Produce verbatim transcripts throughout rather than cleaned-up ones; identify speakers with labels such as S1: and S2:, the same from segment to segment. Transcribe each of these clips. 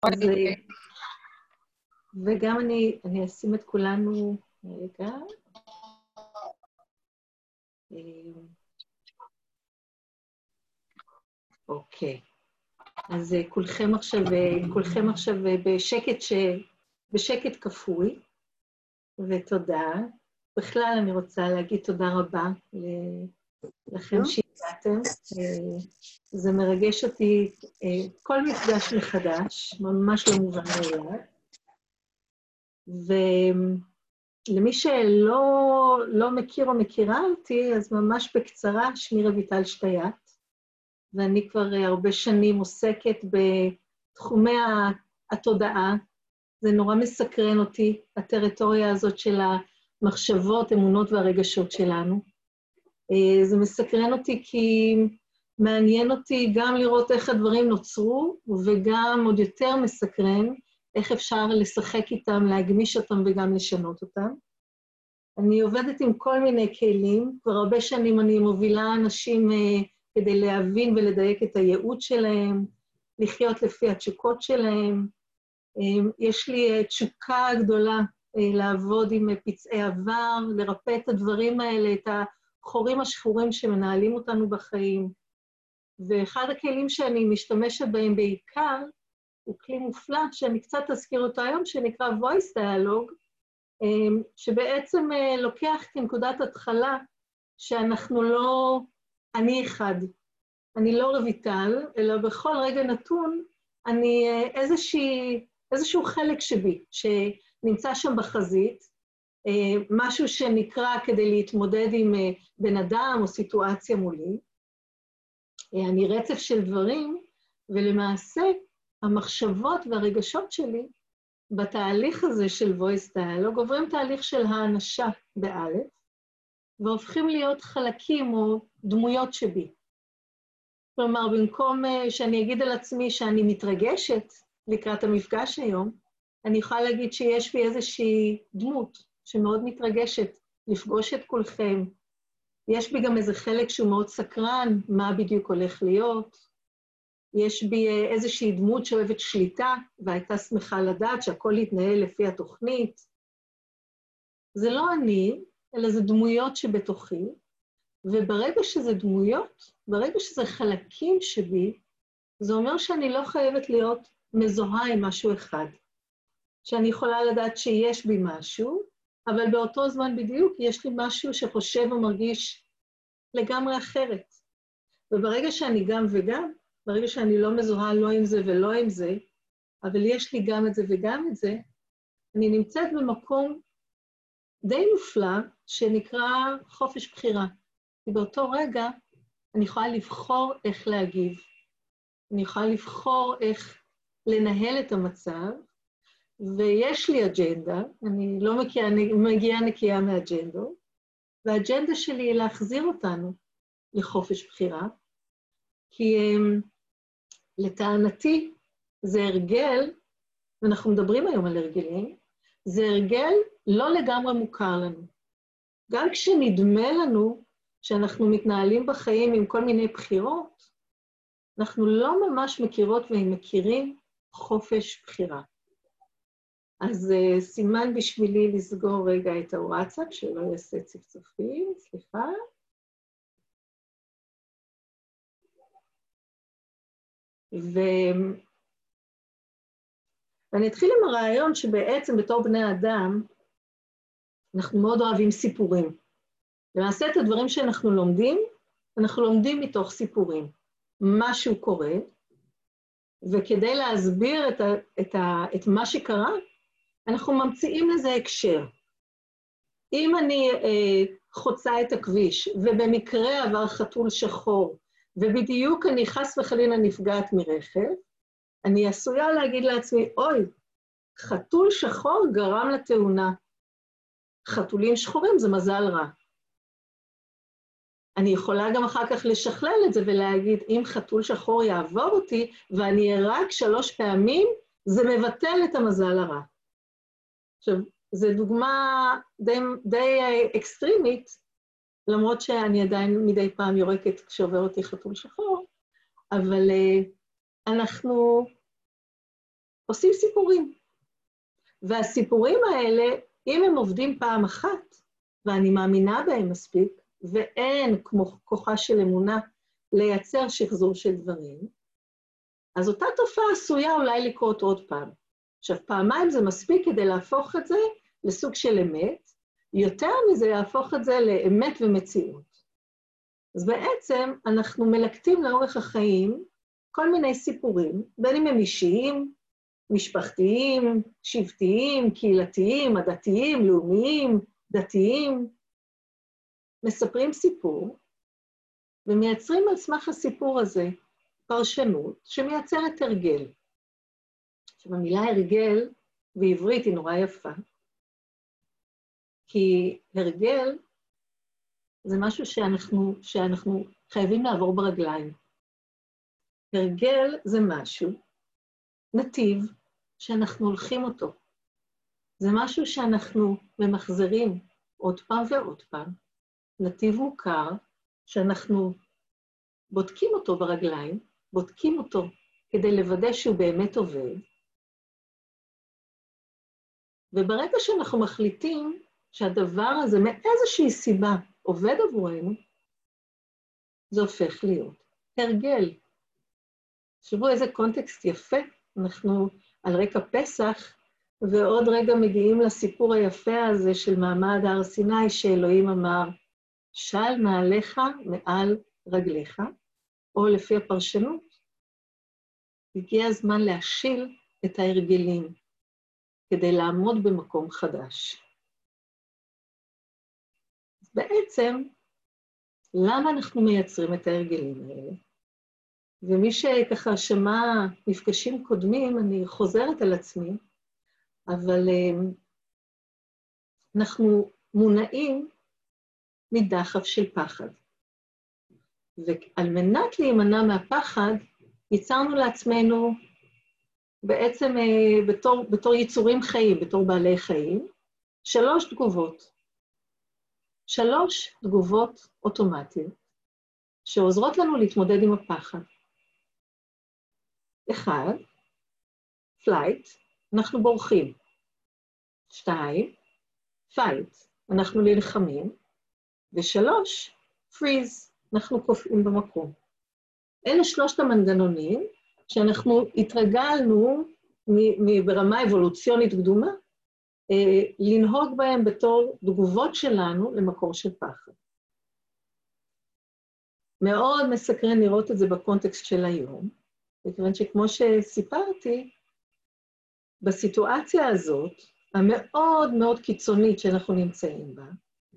S1: אז, וגם אני, אני אשים את כולנו, רגע. אוקיי. אז כולכם עכשיו, כולכם עכשיו בשקט, ש... בשקט כפוי, ותודה. בכלל אני רוצה להגיד תודה רבה לכם שהגעתם. זה מרגש אותי כל מפגש מחדש, ממש לא מובן מאליו. ולמי שלא לא מכיר או מכירה אותי, אז ממש בקצרה, שמי רויטל שטייט, ואני כבר הרבה שנים עוסקת בתחומי התודעה. זה נורא מסקרן אותי, הטריטוריה הזאת של המחשבות, אמונות והרגשות שלנו. זה מסקרן אותי כי מעניין אותי גם לראות איך הדברים נוצרו, וגם עוד יותר מסקרן איך אפשר לשחק איתם, להגמיש אותם וגם לשנות אותם. אני עובדת עם כל מיני כלים, כבר הרבה שנים אני מובילה אנשים כדי להבין ולדייק את הייעוד שלהם, לחיות לפי התשוקות שלהם. יש לי תשוקה גדולה לעבוד עם פצעי עבר, לרפא את הדברים האלה, את החורים השחורים שמנהלים אותנו בחיים. ואחד הכלים שאני משתמשת בהם בעיקר, הוא כלי מופלא, שאני קצת אזכיר אותו היום, שנקרא voice dialogue, שבעצם לוקח כנקודת התחלה, שאנחנו לא אני אחד, אני לא רויטל, אלא בכל רגע נתון, אני איזושהי, איזשהו חלק שבי, שנמצא שם בחזית, משהו שנקרא כדי להתמודד עם בן אדם או סיטואציה מולי. אני רצף של דברים, ולמעשה המחשבות והרגשות שלי, בתהליך הזה של voice dialogue, עוברים תהליך של האנשה באלף, והופכים להיות חלקים או דמויות שבי. כלומר, במקום שאני אגיד על עצמי שאני מתרגשת לקראת המפגש היום, אני יכולה להגיד שיש בי איזושהי דמות שמאוד מתרגשת לפגוש את כולכם. יש בי גם איזה חלק שהוא מאוד סקרן, מה בדיוק הולך להיות. יש בי איזושהי דמות שאוהבת שליטה, והייתה שמחה לדעת שהכל יתנהל לפי התוכנית. זה לא אני, אלא זה דמויות שבתוכי, וברגע שזה דמויות, ברגע שזה חלקים שבי, זה אומר שאני לא חייבת להיות מזוהה עם משהו אחד. שאני יכולה לדעת שיש בי משהו, אבל באותו זמן בדיוק יש לי משהו שחושב ומרגיש לגמרי אחרת. וברגע שאני גם וגם, ברגע שאני לא מזוהה לא עם זה ולא עם זה, אבל יש לי גם את זה וגם את זה, אני נמצאת במקום די מופלא שנקרא חופש בחירה. כי באותו רגע אני יכולה לבחור איך להגיב, אני יכולה לבחור איך לנהל את המצב, ויש לי אג'נדה, אני לא מגיעה, אני מגיעה נקייה מאג'נדות, והאג'נדה שלי היא להחזיר אותנו לחופש בחירה, כי um, לטענתי זה הרגל, ואנחנו מדברים היום על הרגלים, זה הרגל לא לגמרי מוכר לנו. גם כשנדמה לנו שאנחנו מתנהלים בחיים עם כל מיני בחירות, אנחנו לא ממש מכירות ומכירים חופש בחירה. אז uh, סימן בשבילי לסגור רגע את הוואטסאפ, שלא יעשה צפצופים, סליחה. ו... ואני אתחיל עם הרעיון שבעצם בתור בני אדם, אנחנו מאוד אוהבים סיפורים. למעשה את הדברים שאנחנו לומדים, אנחנו לומדים מתוך סיפורים. משהו קורה, וכדי להסביר את, ה... את, ה... את מה שקרה, אנחנו ממציאים לזה הקשר. אם אני אה, חוצה את הכביש, ובמקרה עבר חתול שחור, ובדיוק אני חס וחלילה נפגעת מרכב, אני עשויה להגיד לעצמי, אוי, חתול שחור גרם לתאונה. חתולים שחורים זה מזל רע. אני יכולה גם אחר כך לשכלל את זה ולהגיד, אם חתול שחור יעבור אותי, ואני רק שלוש פעמים, זה מבטל את המזל הרע. עכשיו, זו דוגמה די, די אקסטרימית, למרות שאני עדיין מדי פעם יורקת כשעובר אותי חתול שחור, אבל אנחנו עושים סיפורים. והסיפורים האלה, אם הם עובדים פעם אחת, ואני מאמינה בהם מספיק, ואין כמו כוחה של אמונה לייצר שחזור של דברים, אז אותה תופעה עשויה אולי לקרות עוד פעם. עכשיו, פעמיים זה מספיק כדי להפוך את זה לסוג של אמת, יותר מזה להפוך את זה לאמת ומציאות. אז בעצם אנחנו מלקטים לאורך החיים כל מיני סיפורים, בין אם הם אישיים, משפחתיים, שבטיים, קהילתיים, עדתיים, לאומיים, דתיים, מספרים סיפור, ומייצרים על סמך הסיפור הזה פרשנות שמייצרת הרגל. עכשיו, המילה הרגל בעברית היא נורא יפה, כי הרגל זה משהו שאנחנו, שאנחנו חייבים לעבור ברגליים. הרגל זה משהו, נתיב, שאנחנו הולכים אותו. זה משהו שאנחנו ממחזרים עוד פעם ועוד פעם. נתיב מוכר שאנחנו בודקים אותו ברגליים, בודקים אותו כדי לוודא שהוא באמת עובד. וברגע שאנחנו מחליטים שהדבר הזה מאיזושהי סיבה עובד עבורנו, זה הופך להיות הרגל. תחשבו איזה קונטקסט יפה, אנחנו על רקע פסח, ועוד רגע מגיעים לסיפור היפה הזה של מעמד הר סיני, שאלוהים אמר, של נעליך מעל רגליך, או לפי הפרשנות, הגיע הזמן להשיל את ההרגלים, כדי לעמוד במקום חדש. בעצם, למה אנחנו מייצרים את ההרגלים האלה? ומי שככה שמע מפגשים קודמים, אני חוזרת על עצמי, אבל אנחנו מונעים מדחף של פחד. ועל מנת להימנע מהפחד, ייצרנו לעצמנו בעצם בתור, בתור יצורים חיים, בתור בעלי חיים, שלוש תגובות. שלוש תגובות אוטומטיות, שעוזרות לנו להתמודד עם הפחד. אחד, flight, אנחנו בורחים. שתיים, fight, אנחנו נלחמים. ושלוש, freeze, אנחנו קופאים במקום. אלה שלושת המנגנונים שאנחנו התרגלנו ברמה אבולוציונית קדומה, לנהוג בהם בתור תגובות שלנו למקור של פחד. מאוד מסקרן לראות את זה בקונטקסט של היום, מכיוון שכמו שסיפרתי, בסיטואציה הזאת, המאוד מאוד קיצונית שאנחנו נמצאים בה,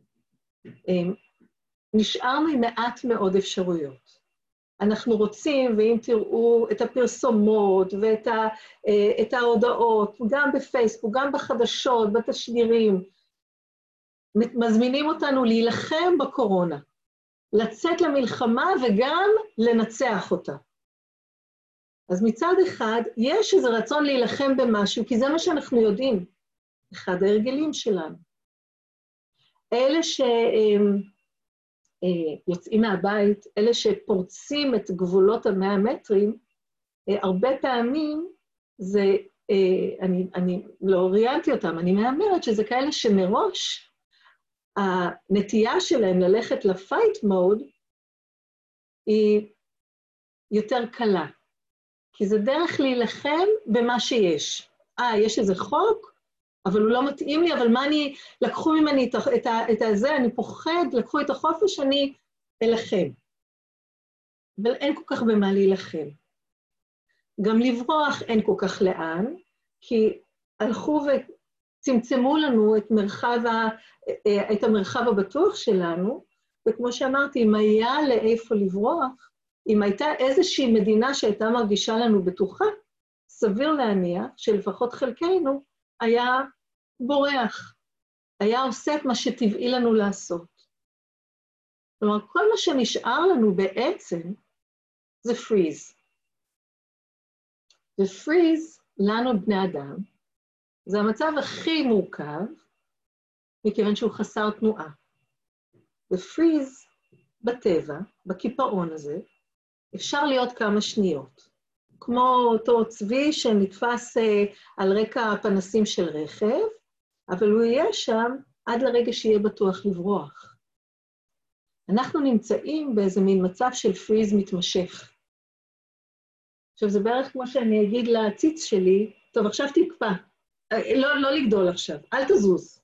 S1: נשארנו עם מעט מאוד אפשרויות. אנחנו רוצים, ואם תראו את הפרסומות ואת ה, את ההודעות, גם בפייסבוק, גם בחדשות, בתשדירים, מזמינים אותנו להילחם בקורונה, לצאת למלחמה וגם לנצח אותה. אז מצד אחד, יש איזה רצון להילחם במשהו, כי זה מה שאנחנו יודעים, אחד ההרגלים שלנו. אלה שיוצאים מהבית, אלה שפורצים את גבולות המאה מטרים, הרבה פעמים זה, אני, אני לא ראיינתי אותם, אני מאמרת שזה כאלה שמראש, הנטייה שלהם ללכת לפייט מוד, היא יותר קלה. כי זה דרך להילחם במה שיש. אה, יש איזה חוק, אבל הוא לא מתאים לי, אבל מה אני, לקחו ממני את, את, את הזה, אני פוחד, לקחו את החופש, אני אלחם. אבל אין כל כך במה להילחם. גם לברוח אין כל כך לאן, כי הלכו וצמצמו לנו את, מרחב ה, את המרחב הבטוח שלנו, וכמו שאמרתי, אם היה לאיפה לברוח, אם הייתה איזושהי מדינה שהייתה מרגישה לנו בטוחה, סביר להניח שלפחות חלקנו היה בורח, היה עושה את מה שטבעי לנו לעשות. כלומר, כל מה שנשאר לנו בעצם זה פריז. ופריז, לנו בני אדם, זה המצב הכי מורכב, מכיוון שהוא חסר תנועה. ופריז בטבע, בקיפאון הזה, אפשר להיות כמה שניות. כמו אותו צבי שנתפס על רקע הפנסים של רכב, אבל הוא יהיה שם עד לרגע שיהיה בטוח לברוח. אנחנו נמצאים באיזה מין מצב של פריז מתמשך. עכשיו, זה בערך כמו שאני אגיד לציץ שלי, טוב, עכשיו תקפא. לא, לא לגדול עכשיו, אל תזוז.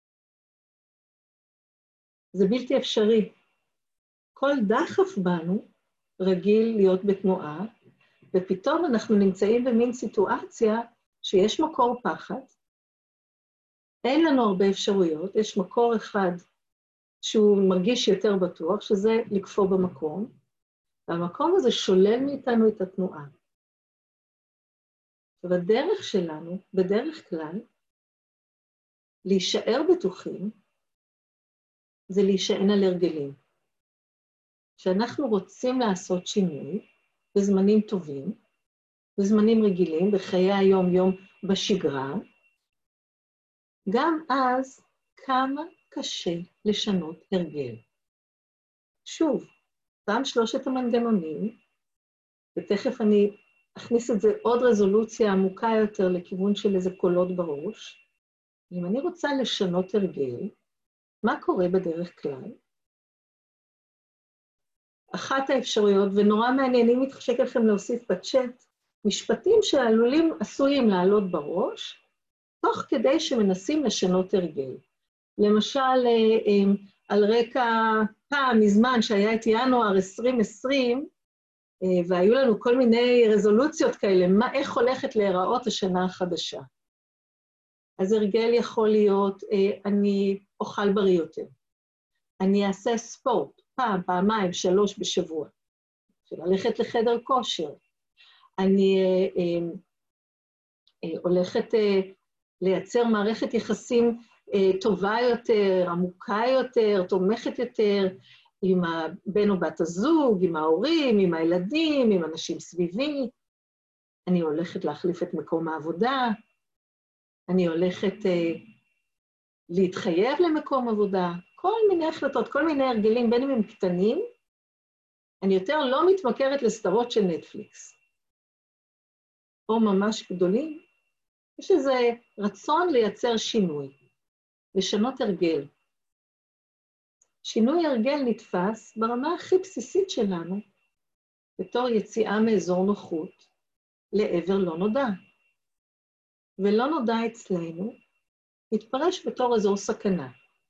S1: זה בלתי אפשרי. כל דחף בנו רגיל להיות בתנועה, ופתאום אנחנו נמצאים במין סיטואציה שיש מקור פחד, אין לנו הרבה אפשרויות, יש מקור אחד שהוא מרגיש יותר בטוח, שזה לקפוא במקום, והמקום הזה שולל מאיתנו את התנועה. ובדרך שלנו, בדרך כלל, להישאר בטוחים, זה להישען על הרגלים. כשאנחנו רוצים לעשות שינוי, בזמנים טובים, בזמנים רגילים, בחיי היום-יום בשגרה, גם אז כמה קשה לשנות הרגל. שוב, פעם שלושת המנגנונים, ותכף אני אכניס את זה עוד רזולוציה עמוקה יותר לכיוון של איזה קולות בראש. אם אני רוצה לשנות הרגל, מה קורה בדרך כלל? אחת האפשרויות, ונורא מעניינים מתחשק לכם להוסיף בצ'אט, משפטים שעלולים, עשויים לעלות בראש, תוך כדי שמנסים לשנות הרגל. למשל, על רקע פעם מזמן שהיה את ינואר עשרים עשרים, והיו לנו כל מיני רזולוציות כאלה, מה, איך הולכת להיראות השנה החדשה. אז הרגל יכול להיות, אני אוכל בריא יותר, אני אעשה ספורט, פעם, פעמיים, שלוש בשבוע, ללכת לחדר כושר, אני אה, אה, הולכת אה, לייצר מערכת יחסים אה, טובה יותר, עמוקה יותר, תומכת יותר, עם הבן או בת הזוג, עם ההורים, עם הילדים, עם אנשים סביבי, אני הולכת להחליף את מקום העבודה, אני הולכת אה, להתחייב למקום עבודה, כל מיני החלטות, כל מיני הרגלים, בין אם הם קטנים, אני יותר לא מתמכרת לסדרות של נטפליקס, או ממש גדולים, יש איזה רצון לייצר שינוי, לשנות הרגל. שינוי הרגל נתפס ברמה הכי בסיסית שלנו, בתור יציאה מאזור נוחות לעבר לא נודע. ולא נודע אצלנו, מתפרש בתור אזור סכנה.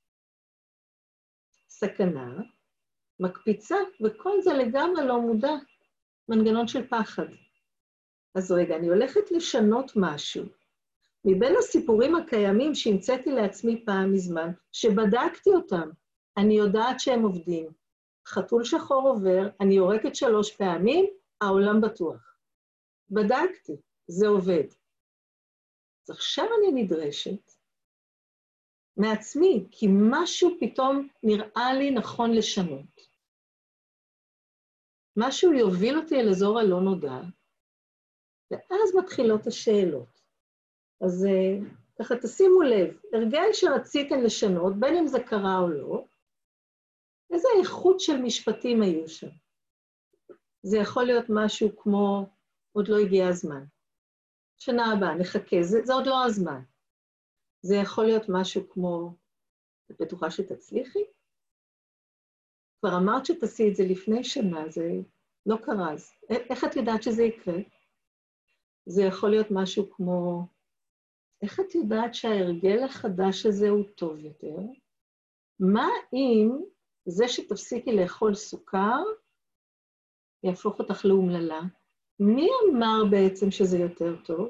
S1: סכנה, מקפיצה, וכל זה לגמרי לא מודע, מנגנון של פחד. אז רגע, אני הולכת לשנות משהו. מבין הסיפורים הקיימים שהמצאתי לעצמי פעם מזמן, שבדקתי אותם, אני יודעת שהם עובדים. חתול שחור עובר, אני יורקת שלוש פעמים, העולם בטוח. בדקתי, זה עובד. אז עכשיו אני נדרשת מעצמי, כי משהו פתאום נראה לי נכון לשנות. משהו יוביל אותי אל אזור הלא נודע, ואז מתחילות השאלות. אז ככה תשימו לב, הרגל שרציתם לשנות, בין אם זה קרה או לא, איזה איכות של משפטים היו שם. זה יכול להיות משהו כמו, עוד לא הגיע הזמן. שנה הבאה, נחכה, זה, זה עוד לא הזמן. זה יכול להיות משהו כמו, את בטוחה שתצליחי? כבר אמרת שתעשי את זה לפני שנה, זה לא קרה, אז איך את יודעת שזה יקרה? זה יכול להיות משהו כמו, איך את יודעת שההרגל החדש הזה הוא טוב יותר? מה אם זה שתפסיקי לאכול סוכר, יהפוך אותך לאומללה? מי אמר בעצם שזה יותר טוב?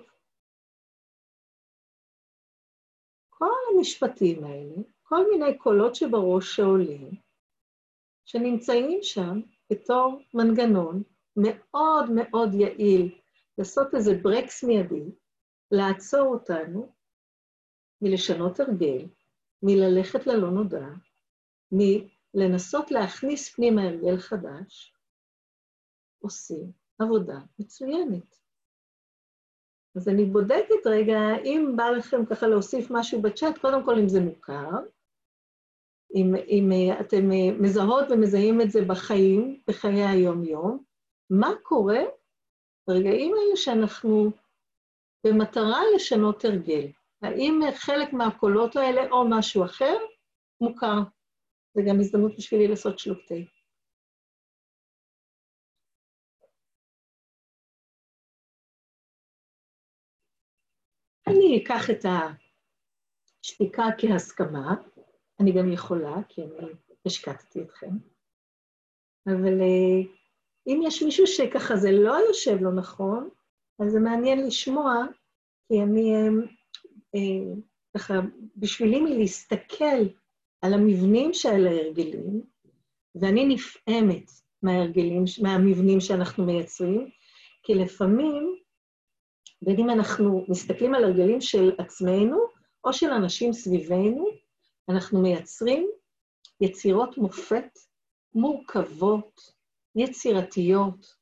S1: כל המשפטים האלה, כל מיני קולות שבראש שעולים, שנמצאים שם בתור מנגנון מאוד מאוד יעיל, לעשות איזה ברקס מיידי, לעצור אותנו מלשנות הרגל, מללכת ללא נודע, מלנסות להכניס פנימה הרגל חדש, עושים עבודה מצוינת. אז אני בודקת רגע, אם בא לכם ככה להוסיף משהו בצ'אט, קודם כל אם זה מוכר, אם, אם אתם מזהות ומזהים את זה בחיים, בחיי היום-יום, מה קורה ברגעים האלה שאנחנו במטרה לשנות הרגל. האם חלק מהקולות האלה או משהו אחר מוכר? זה גם הזדמנות בשבילי לעשות שלוק תה. אני אקח את השתיקה כהסכמה, אני גם יכולה, כי אני השקעתי אתכם, אבל אם יש מישהו שככה זה לא יושב לו נכון, אז זה מעניין לשמוע, כי אני, ככה, בשבילי מלהסתכל על המבנים של ההרגלים, ואני נפעמת מההרגלים, מהמבנים שאנחנו מייצרים, כי לפעמים, בין אם אנחנו מסתכלים על הרגלים של עצמנו, או של אנשים סביבנו, אנחנו מייצרים יצירות מופת, מורכבות, יצירתיות,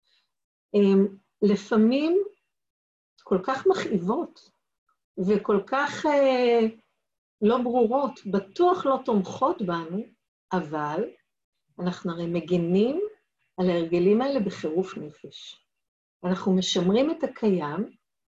S1: לפעמים כל כך מכאיבות, וכל כך אה, לא ברורות, בטוח לא תומכות בנו, אבל אנחנו הרי מגנים על ההרגלים האלה בחירוף נפש. אנחנו משמרים את הקיים,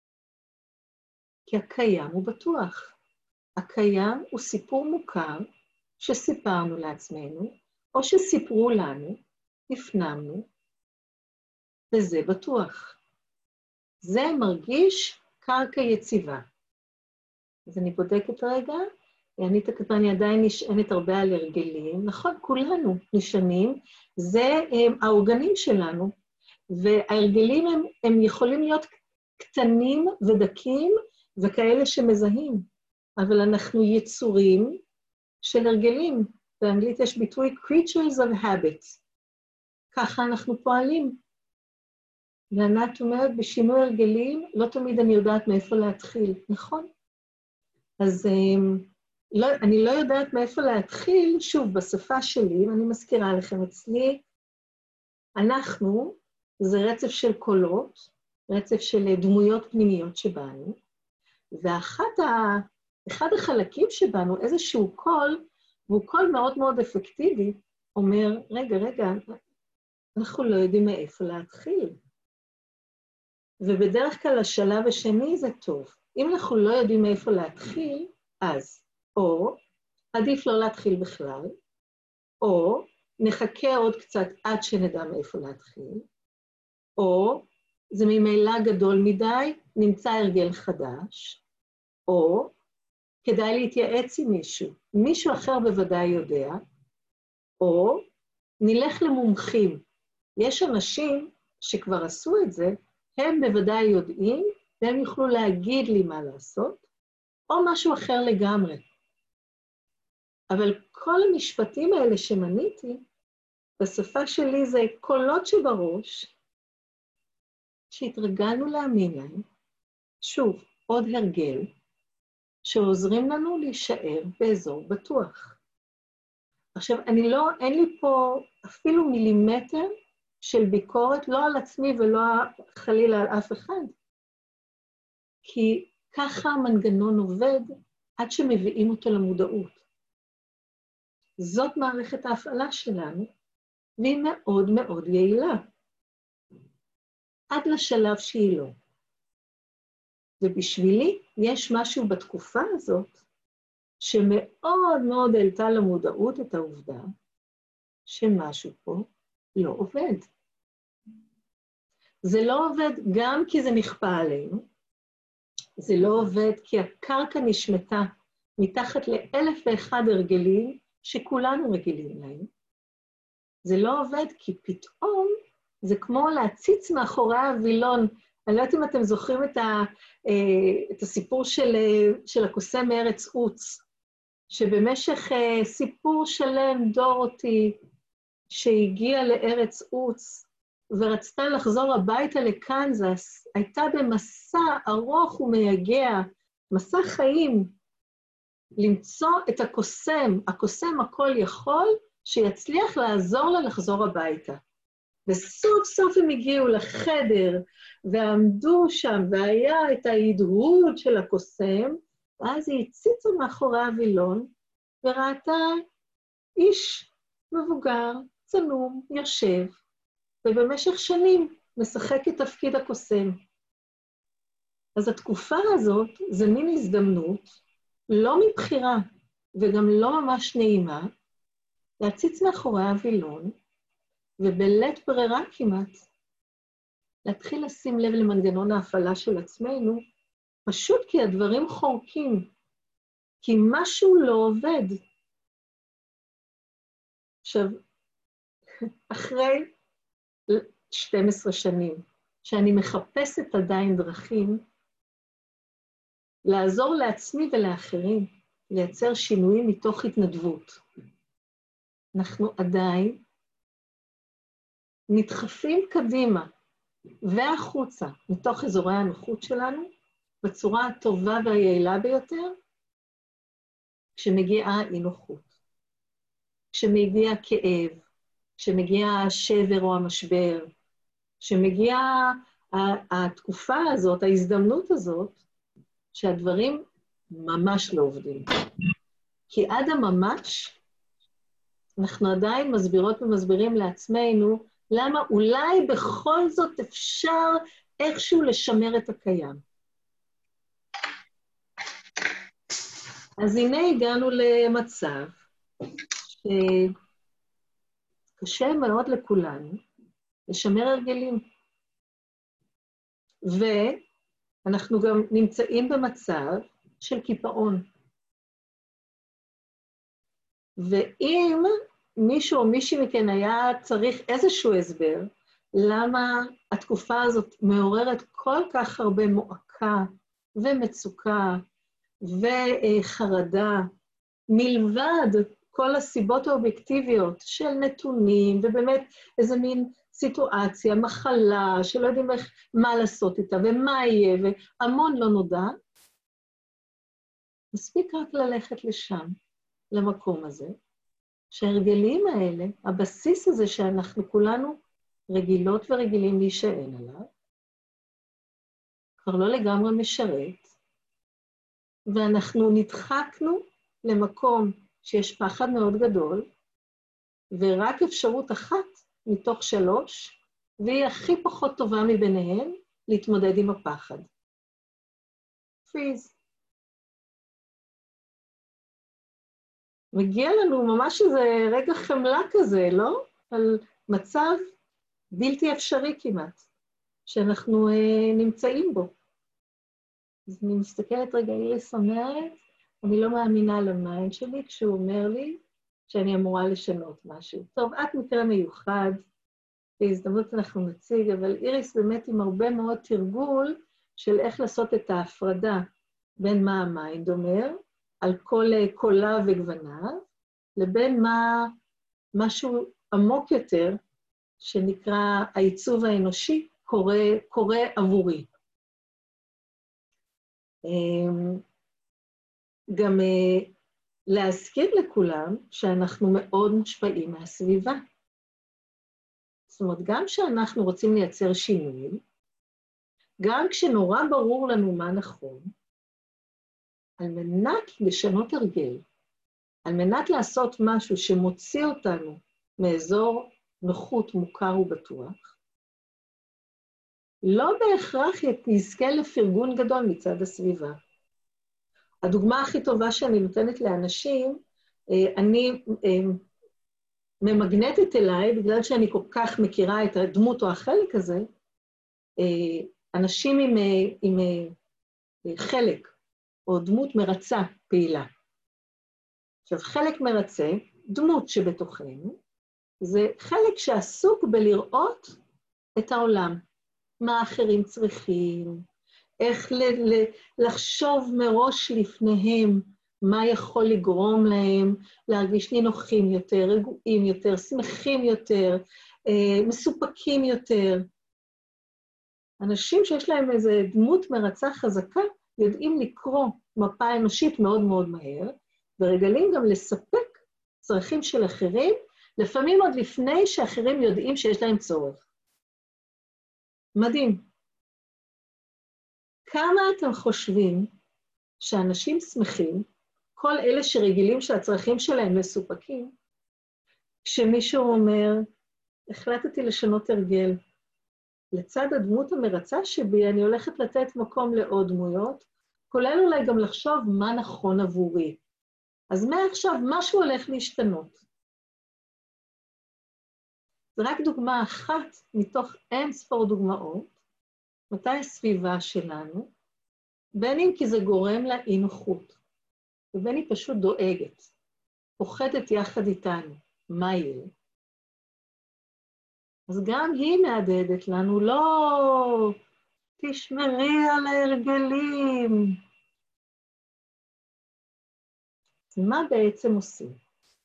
S1: כי הקיים הוא בטוח. הקיים הוא סיפור מוכר שסיפרנו לעצמנו, או שסיפרו לנו, הפנמנו, וזה בטוח. זה מרגיש קרקע יציבה. אז אני בודקת רגע, אני תקפה, אני עדיין נשענת הרבה על הרגלים, נכון, כולנו נשענים, זה הם, העוגנים שלנו, וההרגלים הם, הם יכולים להיות קטנים ודקים, וכאלה שמזהים, אבל אנחנו יצורים של הרגלים, באנגלית יש ביטוי creatures of habits, ככה אנחנו פועלים. וענת אומרת, בשינוי הרגלים, לא תמיד אני יודעת מאיפה להתחיל, נכון? אז לא, אני לא יודעת מאיפה להתחיל, שוב, בשפה שלי, ואני מזכירה לכם אצלי, אנחנו, זה רצף של קולות, רצף של דמויות פנימיות שבנו, ואחת ה, אחד החלקים שבנו, איזשהו קול, והוא קול מאוד מאוד אפקטיבי, אומר, רגע, רגע, אנחנו לא יודעים מאיפה להתחיל. ובדרך כלל השלב השני זה טוב. אם אנחנו לא יודעים מאיפה להתחיל, אז או עדיף לא להתחיל בכלל, או נחכה עוד קצת עד שנדע מאיפה להתחיל, או זה ממילא גדול מדי, נמצא הרגל חדש, או כדאי להתייעץ עם מישהו, מישהו אחר בוודאי יודע, או נלך למומחים. יש אנשים שכבר עשו את זה, הם בוודאי יודעים, והם יוכלו להגיד לי מה לעשות, או משהו אחר לגמרי. אבל כל המשפטים האלה שמניתי, בשפה שלי זה קולות שבראש, שהתרגלנו להאמין להם, שוב, עוד הרגל, שעוזרים לנו להישאר באזור בטוח. עכשיו, אני לא, אין לי פה אפילו מילימטר של ביקורת, לא על עצמי ולא חלילה על אף אחד, כי ככה המנגנון עובד עד שמביאים אותו למודעות. זאת מערכת ההפעלה שלנו, והיא מאוד מאוד יעילה. עד לשלב שהיא לא. ובשבילי יש משהו בתקופה הזאת, שמאוד מאוד העלתה למודעות את העובדה, שמשהו פה לא עובד. זה לא עובד גם כי זה נכפה עלינו, זה לא עובד כי הקרקע נשמטה מתחת לאלף ואחד הרגלים שכולנו רגילים להם. זה לא עובד כי פתאום זה כמו להציץ מאחורי הווילון. אני לא יודעת אם אתם זוכרים את, ה, את הסיפור של, של הקוסם מארץ עוץ, שבמשך סיפור שלם דורותי שהגיע לארץ עוץ, ורצתה לחזור הביתה לקנזס, הייתה במסע ארוך ומייגע, מסע חיים, למצוא את הקוסם, הקוסם הכל יכול, שיצליח לעזור לה לחזור הביתה. וסוף סוף הם הגיעו לחדר, ועמדו שם, והיה את ההדהוד של הקוסם, ואז היא הציצה מאחורי הווילון, וראתה איש מבוגר, צנום, יושב, ובמשך שנים משחק את תפקיד הקוסם. אז התקופה הזאת זה מין הזדמנות, לא מבחירה וגם לא ממש נעימה, להציץ מאחורי הווילון, ובלית ברירה כמעט, להתחיל לשים לב למנגנון ההפעלה של עצמנו, פשוט כי הדברים חורקים, כי משהו לא עובד. עכשיו, אחרי שתים עשרה שנים, שאני מחפשת עדיין דרכים, לעזור לעצמי ולאחרים, לייצר שינויים מתוך התנדבות. אנחנו עדיין נדחפים קדימה והחוצה מתוך אזורי הנוחות שלנו, בצורה הטובה והיעילה ביותר, כשמגיעה אי-נוחות, כשמגיע כאב, כשמגיע השבר או המשבר, כשמגיעה התקופה הזאת, ההזדמנות הזאת, שהדברים ממש לא עובדים. כי עד הממש, אנחנו עדיין מסבירות ומסבירים לעצמנו, למה אולי בכל זאת אפשר איכשהו לשמר את הקיים. אז הנה הגענו למצב שקשה מאוד לכולנו לשמר הרגלים. ואנחנו גם נמצאים במצב של קיפאון. ואם מישהו או מישהי מכן היה צריך איזשהו הסבר, למה התקופה הזאת מעוררת כל כך הרבה מועקה ומצוקה וחרדה, מלבד כל הסיבות האובייקטיביות של נתונים, ובאמת איזה מין סיטואציה, מחלה, שלא יודעים איך, מה לעשות איתה ומה יהיה, והמון לא נודע, מספיק רק ללכת לשם, למקום הזה, שההרגלים האלה, הבסיס הזה שאנחנו כולנו רגילות ורגילים להישען עליו, כבר לא לגמרי משרת, ואנחנו נדחקנו למקום שיש פחד מאוד גדול, ורק אפשרות אחת מתוך שלוש, והיא הכי פחות טובה מביניהן, להתמודד עם הפחד. פריז. מגיע לנו ממש איזה רגע חמלה כזה, לא? על מצב בלתי אפשרי כמעט, שאנחנו אה, נמצאים בו. אז אני מסתכלת רגע, איריס אומרת, אני לא מאמינה למיינד שלי כשהוא אומר לי שאני אמורה לשנות משהו. טוב, את מקרה מיוחד, בהזדמנות אנחנו נציג, אבל איריס באמת עם הרבה מאוד תרגול של איך לעשות את ההפרדה בין מה המיינד אומר, על כל קולה וגווניו, לבין מה, משהו עמוק יותר, שנקרא העיצוב האנושי, קורה, קורה עבורי. גם להזכיר לכולם שאנחנו מאוד מושפעים מהסביבה. זאת אומרת, גם כשאנחנו רוצים לייצר שינוי, גם כשנורא ברור לנו מה נכון, על מנת לשנות הרגל, על מנת לעשות משהו שמוציא אותנו מאזור נוחות מוכר ובטוח, לא בהכרח נזכה לפרגון גדול מצד הסביבה. הדוגמה הכי טובה שאני נותנת לאנשים, אני ממגנטת אליי, בגלל שאני כל כך מכירה את הדמות או החלק הזה, אנשים עם, עם חלק או דמות מרצה פעילה. עכשיו, חלק מרצה, דמות שבתוכנו, זה חלק שעסוק בלראות את העולם, מה האחרים צריכים, איך ל- ל- לחשוב מראש לפניהם, מה יכול לגרום להם להרגיש נינוחים יותר, רגועים יותר, שמחים יותר, אה, מסופקים יותר. אנשים שיש להם איזו דמות מרצה חזקה, יודעים לקרוא מפה אנושית מאוד מאוד מהר, ורגלים גם לספק צרכים של אחרים, לפעמים עוד לפני שאחרים יודעים שיש להם צורך. מדהים. כמה אתם חושבים שאנשים שמחים, כל אלה שרגילים שהצרכים שלהם מסופקים, כשמישהו אומר, החלטתי לשנות הרגל, לצד הדמות המרצה שבי, אני הולכת לתת מקום לעוד דמויות, כולל אולי גם לחשוב מה נכון עבורי. אז מעכשיו משהו הולך להשתנות. זה רק דוגמה אחת מתוך אין ספור דוגמאות, מתי הסביבה שלנו, בין אם כי זה גורם לה אי נוחות, ובין היא פשוט דואגת, פוחדת יחד איתנו, מה יהיה? אז גם היא מהדהדת לנו, לא, תשמרי על ההרגלים. מה בעצם עושים?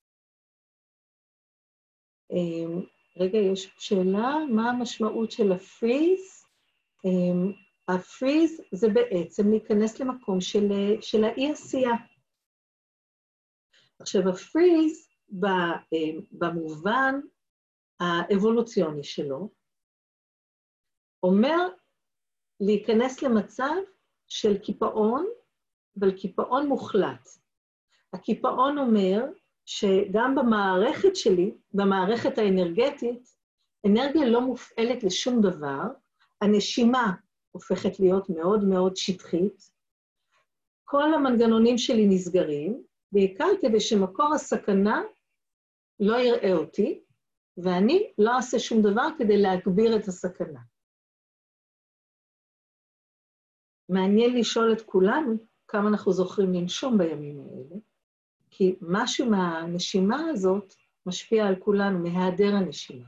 S1: רגע, יש שאלה, מה המשמעות של הפריז? הפריז זה בעצם להיכנס למקום של, של האי עשייה. עכשיו, הפריז במובן האבולוציוני שלו, אומר להיכנס למצב של קיפאון, אבל קיפאון מוחלט. הקיפאון אומר שגם במערכת שלי, במערכת האנרגטית, אנרגיה לא מופעלת לשום דבר, הנשימה הופכת להיות מאוד מאוד שטחית, כל המנגנונים שלי נסגרים, בעיקר כדי שמקור הסכנה לא יראה אותי, ואני לא אעשה שום דבר כדי להגביר את הסכנה. מעניין לשאול את כולנו כמה אנחנו זוכרים לנשום בימים האלה, כי משהו מהנשימה הזאת משפיע על כולנו, מהיעדר הנשימה.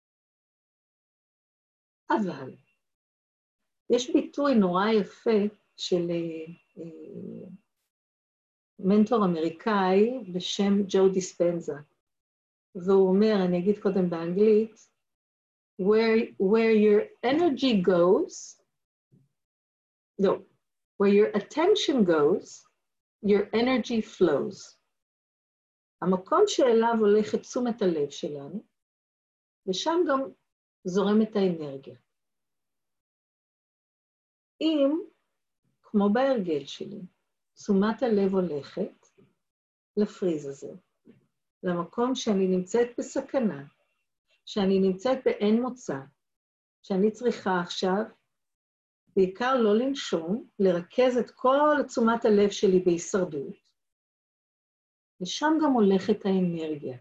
S1: אבל יש ביטוי נורא יפה של אה, מנטור אמריקאי בשם ג'ו דיספנזה, והוא אומר, אני אגיד קודם באנגלית, where, where your energy goes, no, where your attention goes, your energy flows. המקום שאליו הולכת תשומת הלב שלנו, ושם גם זורמת האנרגיה. אם, כמו בהרגל שלי, תשומת הלב הולכת לפריז הזה, למקום שאני נמצאת בסכנה, שאני נמצאת באין מוצא, שאני צריכה עכשיו, בעיקר לא לנשום, לרכז את כל תשומת הלב שלי בהישרדות, ושם גם הולכת האנרגיה.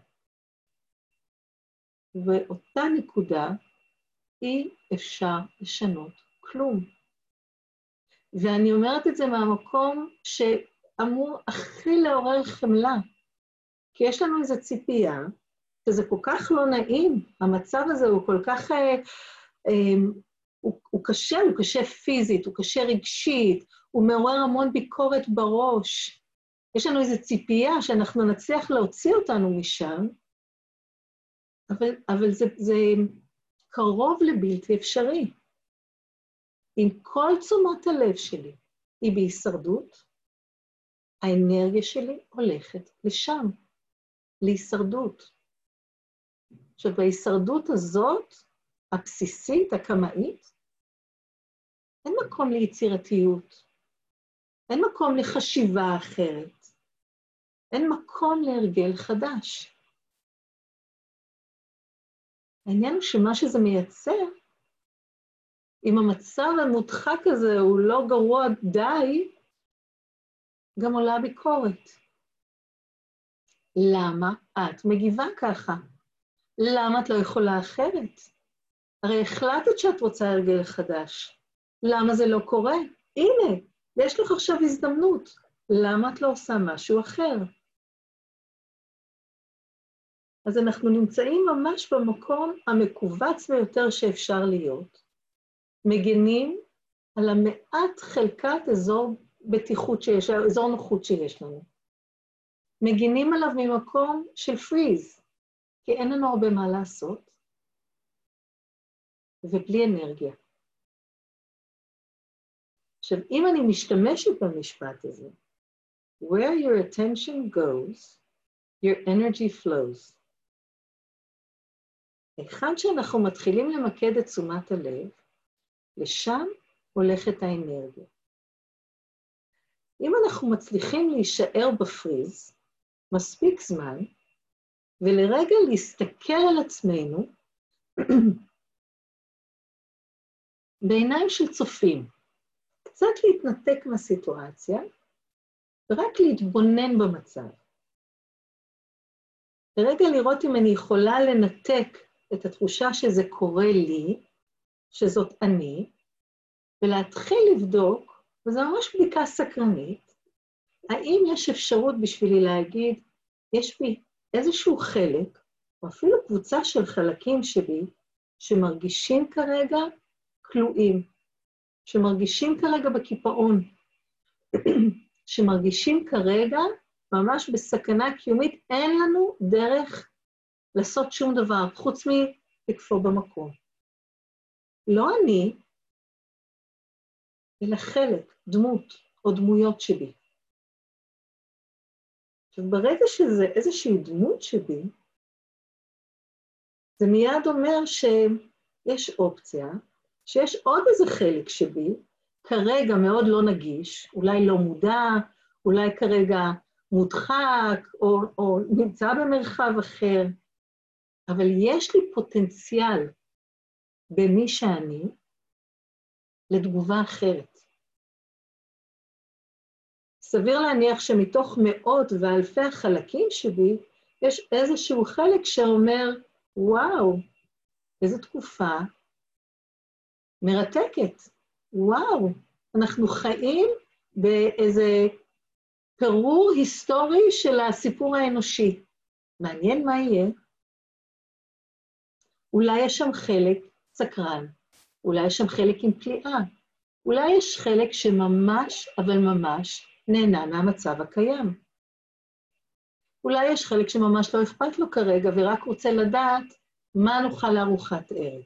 S1: ואותה נקודה אי אפשר לשנות כלום. ואני אומרת את זה מהמקום שאמור הכי לעורר חמלה, כי יש לנו איזו ציפייה, שזה כל כך לא נעים, המצב הזה הוא כל כך, אה, אה, הוא, הוא קשה, הוא קשה פיזית, הוא קשה רגשית, הוא מעורר המון ביקורת בראש. יש לנו איזו ציפייה שאנחנו נצליח להוציא אותנו משם, אבל, אבל זה, זה קרוב לבלתי אפשרי. אם כל תשומת הלב שלי היא בהישרדות, האנרגיה שלי הולכת לשם, להישרדות. עכשיו, בהישרדות הזאת, הבסיסית, הקמאית, אין מקום ליצירתיות, אין מקום לחשיבה אחרת, אין מקום להרגל חדש. העניין הוא שמה שזה מייצר, אם המצב המודחק הזה הוא לא גרוע די, גם עולה ביקורת. למה את מגיבה ככה? למה את לא יכולה אחרת? הרי החלטת שאת רוצה הרגל חדש. למה זה לא קורה? הנה, יש לך עכשיו הזדמנות. למה את לא עושה משהו אחר? אז אנחנו נמצאים ממש במקום המקובץ ביותר שאפשר להיות. מגנים על המעט חלקת אזור בטיחות שיש, אזור נוחות שיש לנו. מגנים עליו ממקום של פריז, כי אין לנו הרבה מה לעשות, ובלי אנרגיה. עכשיו, אם אני משתמשת במשפט הזה, where your attention goes, your energy flows. היכן שאנחנו מתחילים למקד את תשומת הלב, לשם הולכת האנרגיה. אם אנחנו מצליחים להישאר בפריז, מספיק זמן, ולרגע להסתכל על עצמנו, בעיניים של צופים, קצת להתנתק מהסיטואציה, ורק להתבונן במצב. ורגע לראות אם אני יכולה לנתק את התחושה שזה קורה לי, שזאת אני, ולהתחיל לבדוק, וזו ממש בדיקה סקרנית, האם יש אפשרות בשבילי להגיד, יש בי איזשהו חלק, או אפילו קבוצה של חלקים שלי, שמרגישים כרגע כלואים, שמרגישים כרגע בקיפאון, שמרגישים כרגע ממש בסכנה קיומית, אין לנו דרך לעשות שום דבר, חוץ מלקפוא במקום. לא אני, אלא חלק, דמות או דמויות שבי. עכשיו, ברגע שזה איזושהי דמות שבי, זה מיד אומר שיש אופציה, שיש עוד איזה חלק שבי, כרגע מאוד לא נגיש, אולי לא מודע, אולי כרגע מודחק, או, או נמצא במרחב אחר, אבל יש לי פוטנציאל במי שאני לתגובה אחרת. סביר להניח שמתוך מאות ואלפי החלקים שבי, יש איזשהו חלק שאומר, וואו, איזו תקופה מרתקת. וואו, אנחנו חיים באיזה פירור היסטורי של הסיפור האנושי. מעניין מה יהיה. אולי יש שם חלק סקרן, אולי יש שם חלק עם פליאה, אולי יש חלק שממש, אבל ממש, נהנה מהמצב הקיים. אולי יש חלק שממש לא אכפת לו כרגע, ורק רוצה לדעת מה נוכל לארוחת ערב.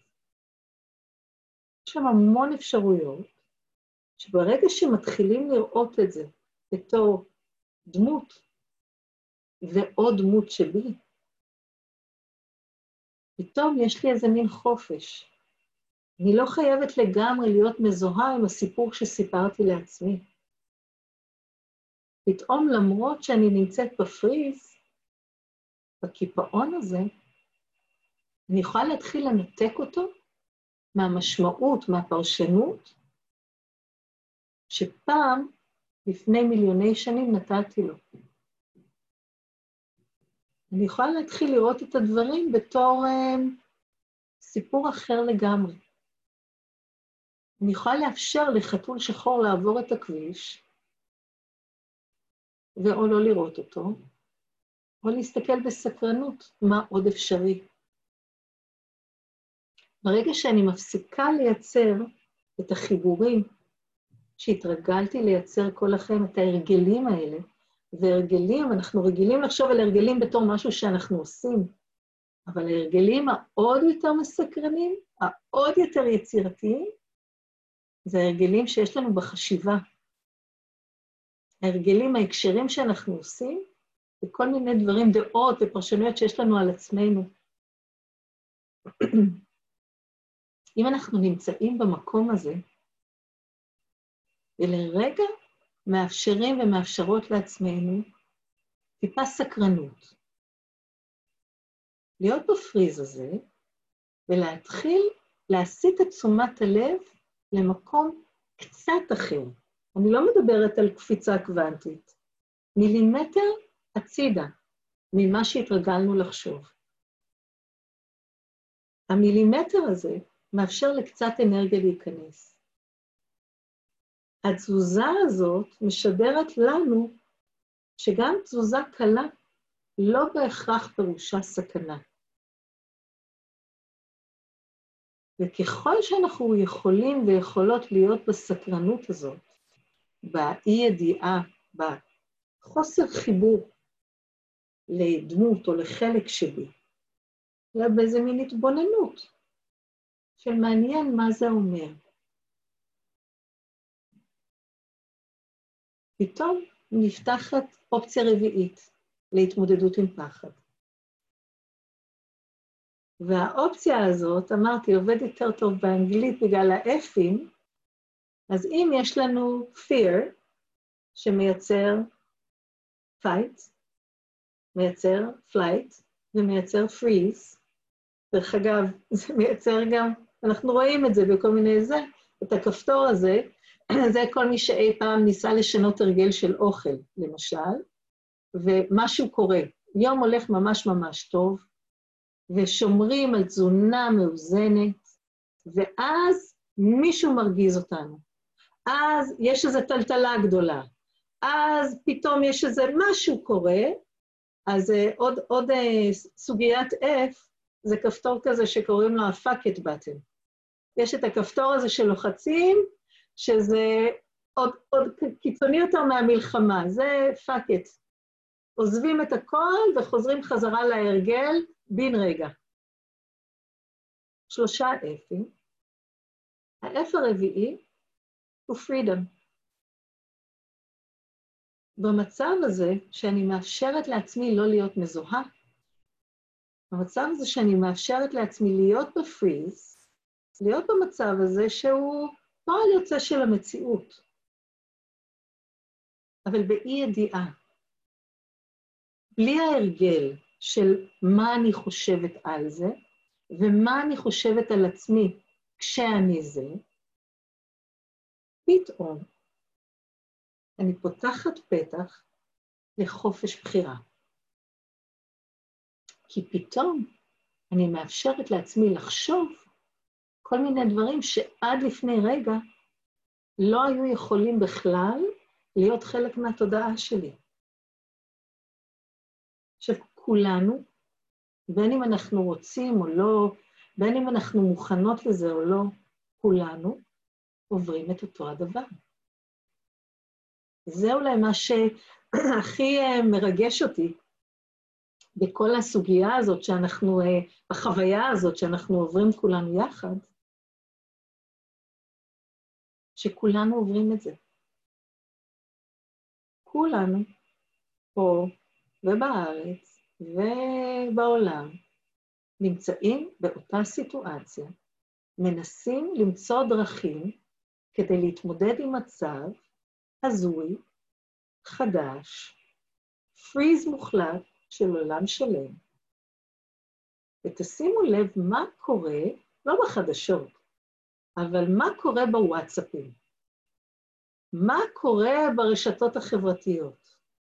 S1: יש שם המון אפשרויות, שברגע שמתחילים לראות את זה בתור דמות, ועוד דמות שלי, פתאום יש לי איזה מין חופש. אני לא חייבת לגמרי להיות מזוהה עם הסיפור שסיפרתי לעצמי. פתאום למרות שאני נמצאת בפריז, בקיפאון הזה, אני יכולה להתחיל לנתק אותו מהמשמעות, מהפרשנות, שפעם, לפני מיליוני שנים, נתתי לו. אני יכולה להתחיל לראות את הדברים בתור אה, סיפור אחר לגמרי. אני יכולה לאפשר לחתול שחור לעבור את הכביש, ואו לא לראות אותו, או להסתכל בסקרנות מה עוד אפשרי. ברגע שאני מפסיקה לייצר את החיבורים שהתרגלתי לייצר כל החיים, את ההרגלים האלה, והרגלים, אנחנו רגילים לחשוב על הרגלים בתור משהו שאנחנו עושים, אבל ההרגלים העוד יותר מסקרנים, העוד יותר יצירתיים, זה ההרגלים שיש לנו בחשיבה. ההרגלים, ההקשרים שאנחנו עושים, וכל מיני דברים, דעות ופרשנויות שיש לנו על עצמנו. אם אנחנו נמצאים במקום הזה, ולרגע מאפשרים ומאפשרות לעצמנו טיפה סקרנות. להיות בפריז הזה, ולהתחיל להסיט את תשומת הלב למקום קצת אחר. אני לא מדברת על קפיצה קוונטית, מילימטר הצידה ממה שהתרגלנו לחשוב. המילימטר הזה מאפשר לקצת אנרגיה להיכנס. התזוזה הזאת משדרת לנו שגם תזוזה קלה לא בהכרח פירושה סכנה. וככל שאנחנו יכולים ויכולות להיות בסקרנות הזאת, באי-ידיעה, בחוסר חיבור לדמות או לחלק שבי, אלא באיזה מין התבוננות של מעניין מה זה אומר. פתאום נפתחת אופציה רביעית להתמודדות עם פחד. והאופציה הזאת, אמרתי, עובד יותר טוב באנגלית בגלל האפים, אז אם יש לנו fear, שמייצר fight, מייצר flight, ומייצר freeze, דרך אגב, זה מייצר גם, אנחנו רואים את זה בכל מיני זה, את הכפתור הזה, זה כל מי שאי פעם ניסה לשנות הרגל של אוכל, למשל, ומשהו קורה. יום הולך ממש ממש טוב, ושומרים על תזונה מאוזנת, ואז מישהו מרגיז אותנו. אז יש איזו טלטלה גדולה. אז פתאום יש איזה משהו קורה, אז עוד, עוד סוגיית F, זה כפתור כזה שקוראים לו ה-fuck it button. יש את הכפתור הזה שלוחצים, שזה עוד, עוד קיצוני יותר מהמלחמה, זה fuck it. עוזבים את הכל וחוזרים חזרה להרגל בין רגע. שלושה F'ים. ה-F הרביעי הוא freedom. במצב הזה שאני מאפשרת לעצמי לא להיות מזוהה, במצב הזה שאני מאפשרת לעצמי להיות בפריז, להיות במצב הזה שהוא פועל יוצא של המציאות, אבל באי ידיעה, בלי ההרגל של מה אני חושבת על זה, ומה אני חושבת על עצמי כשאני זה, פתאום אני פותחת פתח לחופש בחירה. כי פתאום אני מאפשרת לעצמי לחשוב כל מיני דברים שעד לפני רגע לא היו יכולים בכלל להיות חלק מהתודעה שלי. עכשיו, כולנו, בין אם אנחנו רוצים או לא, בין אם אנחנו מוכנות לזה או לא, כולנו עוברים את אותו הדבר. זה אולי מה שהכי מרגש אותי בכל הסוגיה הזאת שאנחנו, בחוויה הזאת שאנחנו עוברים כולנו יחד, שכולנו עוברים את זה. כולנו פה ובארץ ובעולם נמצאים באותה סיטואציה, מנסים למצוא דרכים כדי להתמודד עם מצב הזוי, חדש, פריז מוחלט של עולם שלם. ותשימו לב מה קורה, לא בחדשות, אבל מה קורה בוואטסאפים, מה קורה ברשתות החברתיות.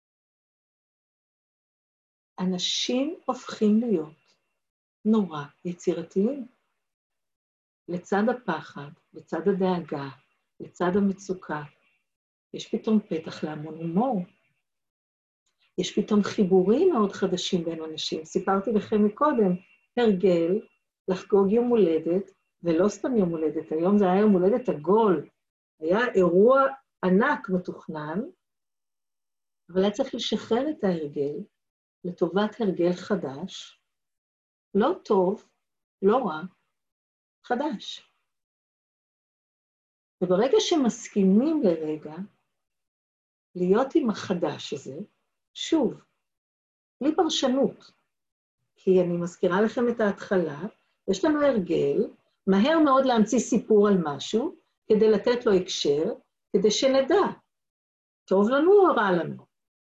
S1: אנשים הופכים להיות נורא יצירתיים. לצד הפחד, לצד הדאגה, לצד המצוקה, יש פתאום פתח להמון הומור. יש פתאום חיבורים מאוד חדשים בין אנשים. סיפרתי לכם מקודם, הרגל, לחגוג יום הולדת, ולא סתם יום הולדת, היום זה היה יום הולדת עגול, היה אירוע ענק מתוכנן, אבל היה צריך לשחרר את ההרגל לטובת הרגל חדש, לא טוב, לא רע, חדש. וברגע שמסכימים לרגע, להיות עם החדש הזה, שוב, בלי פרשנות, כי אני מזכירה לכם את ההתחלה, יש לנו הרגל, מהר מאוד להמציא סיפור על משהו, כדי לתת לו הקשר, כדי שנדע, טוב לנו או רע לנו.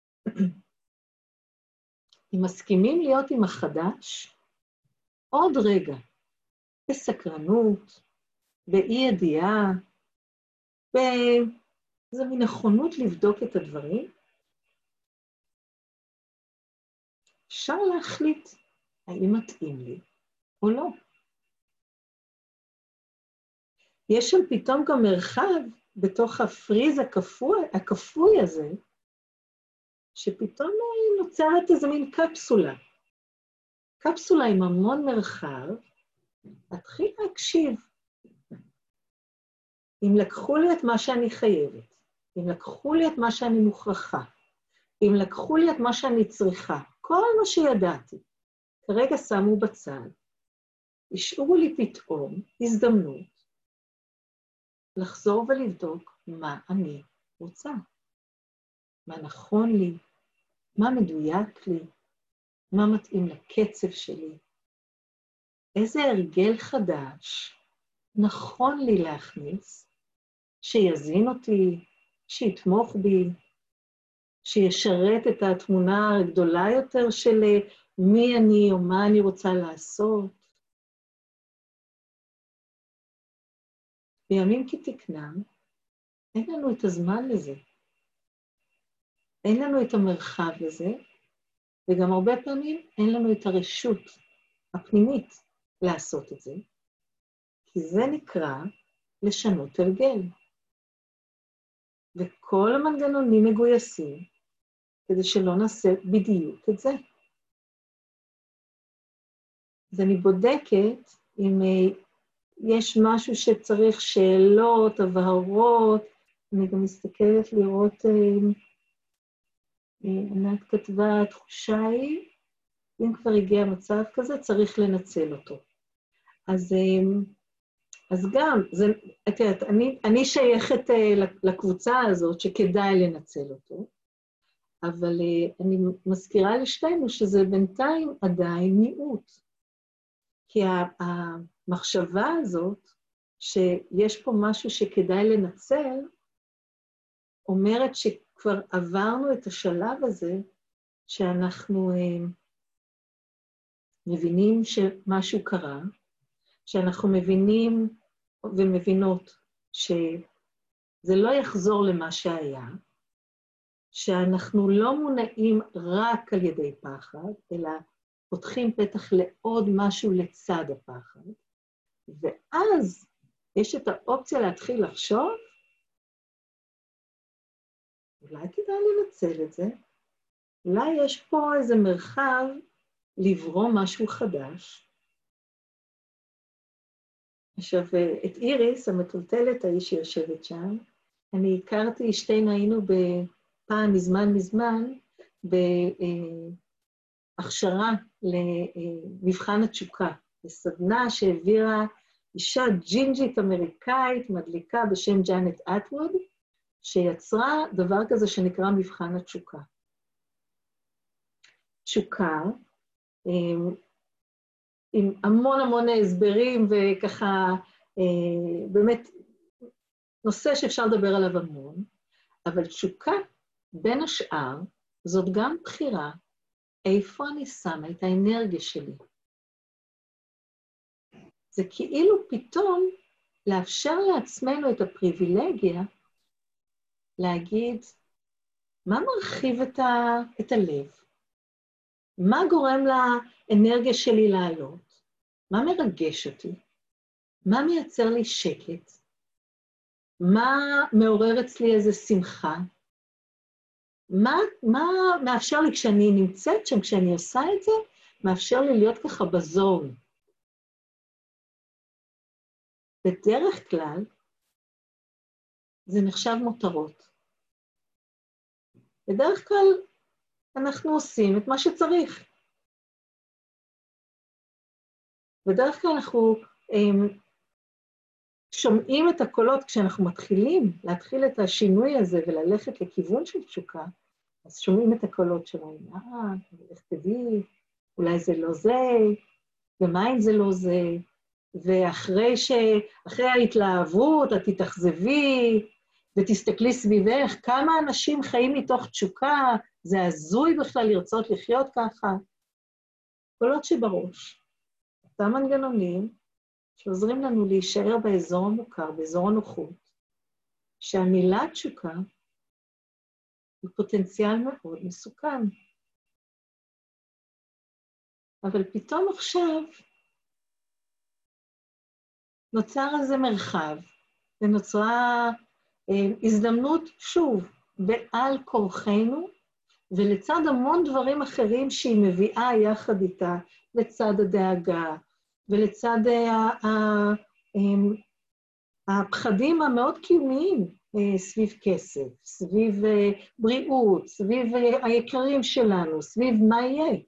S1: אם מסכימים להיות עם החדש, עוד רגע, בסקרנות, באי ידיעה, באיזו מין נכונות לבדוק את הדברים, אפשר להחליט האם מתאים לי או לא. יש שם פתאום גם מרחב בתוך הפריז הכפוי, הכפוי הזה, שפתאום נוצרת איזו מין קפסולה. קפסולה עם המון מרחב, להתחיל להקשיב. אם לקחו לי את מה שאני חייבת, אם לקחו לי את מה שאני מוכרחה, אם לקחו לי את מה שאני צריכה, כל מה שידעתי, כרגע שמו בצד, השאירו לי פתאום הזדמנות לחזור ולבדוק מה אני רוצה, מה נכון לי, מה מדויק לי, מה מתאים לקצב שלי, איזה הרגל חדש נכון לי להכניס, שיזין אותי, שיתמוך בי, שישרת את התמונה הגדולה יותר של מי אני או מה אני רוצה לעשות. בימים כתקנם, אין לנו את הזמן לזה. אין לנו את המרחב לזה, וגם הרבה פעמים אין לנו את הרשות הפנימית לעשות את זה, כי זה נקרא לשנות הרגל. וכל המנגנונים מגויסים כדי שלא נעשה בדיוק את זה. אז אני בודקת אם יש משהו שצריך שאלות, הבהרות, אני גם מסתכלת לראות, ענת כתבה, התחושה היא, אם כבר הגיע מצב כזה, צריך לנצל אותו. אז, אז גם, זה, את יודעת, אני, אני שייכת לקבוצה הזאת שכדאי לנצל אותו, אבל אני מזכירה לשתינו שזה בינתיים עדיין מיעוט. כי המחשבה הזאת, שיש פה משהו שכדאי לנצל, אומרת שכבר עברנו את השלב הזה, שאנחנו מבינים שמשהו קרה, שאנחנו מבינים ומבינות שזה לא יחזור למה שהיה, שאנחנו לא מונעים רק על ידי פחד, אלא פותחים פתח לעוד משהו לצד הפחד, ואז יש את האופציה להתחיל לחשוב, אולי כדאי לנצל את זה, אולי יש פה איזה מרחב לברוא משהו חדש. עכשיו, את איריס, המטולטלת ההיא שיושבת שם, אני הכרתי, שתינו היינו בפעם מזמן מזמן, בהכשרה למבחן התשוקה, בסדנה שהעבירה אישה ג'ינג'ית אמריקאית, מדליקה בשם ג'אנט אטווד, שיצרה דבר כזה שנקרא מבחן התשוקה. תשוקה, עם המון המון הסברים וככה, באמת נושא שאפשר לדבר עליו המון, אבל תשוקה בין השאר, זאת גם בחירה, איפה אני שמה את האנרגיה שלי. זה כאילו פתאום לאפשר לעצמנו את הפריבילגיה, להגיד, מה מרחיב את, ה, את הלב? מה גורם לאנרגיה שלי לעלות? מה מרגש אותי? מה מייצר לי שקט? מה מעורר אצלי איזו שמחה? מה, מה מאפשר לי כשאני נמצאת שם, כשאני עושה את זה, מאפשר לי להיות ככה בזון. בדרך כלל, זה נחשב מותרות. בדרך כלל, אנחנו עושים את מה שצריך. בדרך כלל אנחנו הם, שומעים את הקולות כשאנחנו מתחילים להתחיל את השינוי הזה וללכת לכיוון של תשוקה, אז שומעים את הקולות שלנו, אה, איך תדעי, אולי זה לא זה, ומה אם זה לא זה, ואחרי ש... אחרי ההתלהבות, את תתאכזבי, ותסתכלי סביבך, כמה אנשים חיים מתוך תשוקה, זה הזוי בכלל לרצות לחיות ככה. קולות שבראש, אותם מנגנונים שעוזרים לנו להישאר באזור המוכר, באזור הנוחות, שהמילה תשוקה הוא פוטנציאל מאוד מסוכן. אבל פתאום עכשיו נוצר איזה מרחב, ונוצרה אה, הזדמנות שוב בעל כורחנו, ולצד המון דברים אחרים שהיא מביאה יחד איתה, לצד הדאגה, ולצד ה, ה, הפחדים המאוד קיומיים סביב כסף, סביב בריאות, סביב היקרים שלנו, סביב מה יהיה.